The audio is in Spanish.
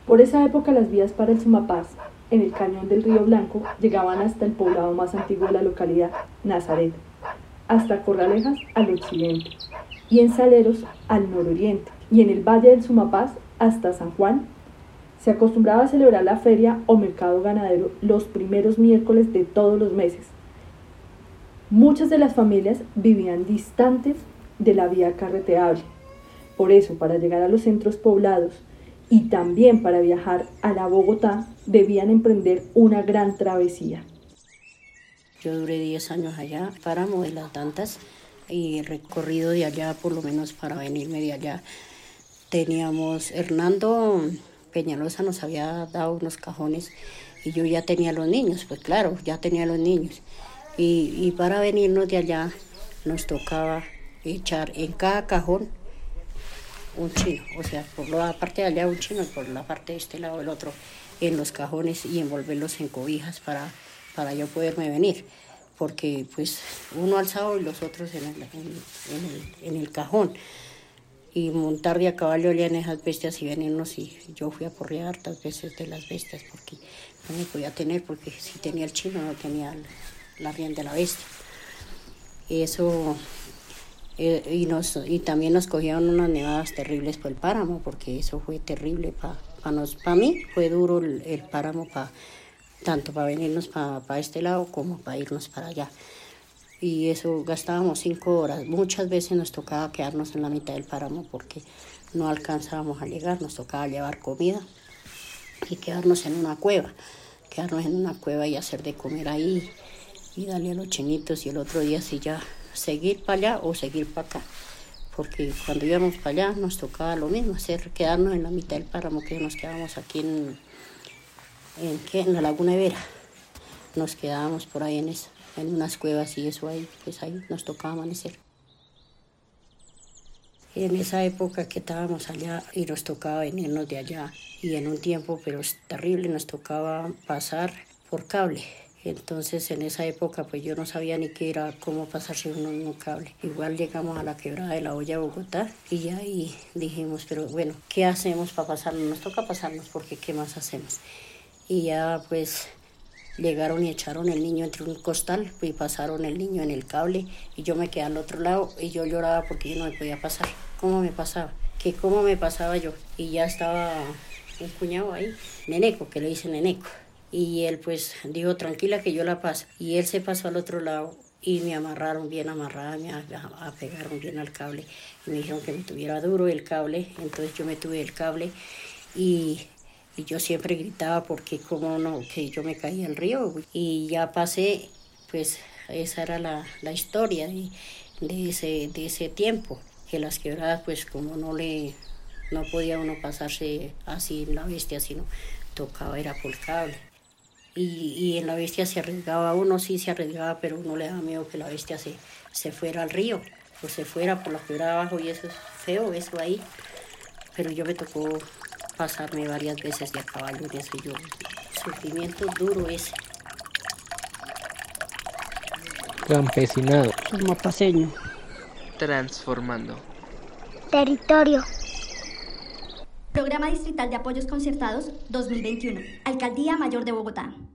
Por esa época las vías para el Sumapaz, en el cañón del Río Blanco, llegaban hasta el poblado más antiguo de la localidad, Nazaret, hasta Corralejas al occidente, y en Saleros al nororiente, y en el valle del Sumapaz hasta San Juan. Se acostumbraba a celebrar la feria o mercado ganadero los primeros miércoles de todos los meses. Muchas de las familias vivían distantes de la vía carreteable. Por eso, para llegar a los centros poblados y también para viajar a la Bogotá, debían emprender una gran travesía. Yo duré 10 años allá, páramo de las Dantas, y recorrido de allá, por lo menos para venirme de allá. Teníamos, Hernando Peñalosa nos había dado unos cajones y yo ya tenía los niños, pues claro, ya tenía los niños. Y para venirnos de allá nos tocaba echar en cada cajón un chino, o sea, por la parte de allá un chino y por la parte de este lado el otro en los cajones y envolverlos en cobijas para yo poderme venir, porque pues uno alzado y los otros en el cajón. Y montar de a caballo en esas bestias y venirnos, y yo fui a porrear hartas veces de las bestias porque no me podía tener, porque si tenía el chino no tenía la rienda de la bestia. Eso, y también nos cogieron unas nevadas terribles por el páramo, porque eso fue terrible para mí, fue duro el páramo, tanto para venirnos para este lado como para irnos para allá. Y eso gastábamos 5 horas. Muchas veces nos tocaba quedarnos en la mitad del páramo porque no alcanzábamos a llegar, nos tocaba llevar comida y quedarnos en una cueva y hacer de comer ahí y darle a los chinitos, y el otro día sí ya seguir para allá o seguir para acá, porque cuando íbamos para allá nos tocaba lo mismo, quedarnos en la mitad del páramo, que nos quedábamos aquí en la Laguna de Vera, nos quedábamos por ahí en unas cuevas y eso ahí, pues ahí nos tocaba amanecer. En esa época que estábamos allá y nos tocaba venirnos de allá, y en un tiempo, pero es terrible, nos tocaba pasar por cable. Entonces en esa época pues yo no sabía ni qué era, cómo pasarse uno en un cable. Igual llegamos a la quebrada de la Olla, Bogotá, y ahí dijimos, pero bueno, ¿qué hacemos para pasarnos? Nos toca pasarnos porque ¿qué más hacemos? Y ya pues llegaron y echaron el niño entre un costal y pasaron el niño en el cable y yo me quedé al otro lado y yo lloraba porque yo no me podía pasar. ¿Cómo me pasaba? Que cómo me pasaba yo. Y ya estaba un cuñado ahí, Neneco, que le dice Neneco. Y él pues dijo, tranquila que yo la paso. Y él se pasó al otro lado y me amarraron bien amarrada, me apegaron bien al cable. Y me dijeron que me tuviera duro el cable. Entonces yo me tuve el cable y yo siempre gritaba porque como no, que yo me caía al río. Y ya pasé, pues esa era la historia de ese tiempo. Que las quebradas, pues como no podía uno pasarse así en la bestia, sino tocaba era por cable. Y en la bestia se arriesgaba, uno sí se arriesgaba, pero uno le daba miedo que la bestia se fuera al río, o se fuera por la quebrada abajo, y eso es feo, eso ahí. Pero yo me tocó pasarme varias veces de a caballo en eso, sufrimiento duro ese. Campesinado. Sumapaceño. Transformando. Territorio. Programa Distrital de Apoyos Concertados 2021. Alcaldía Mayor de Bogotá.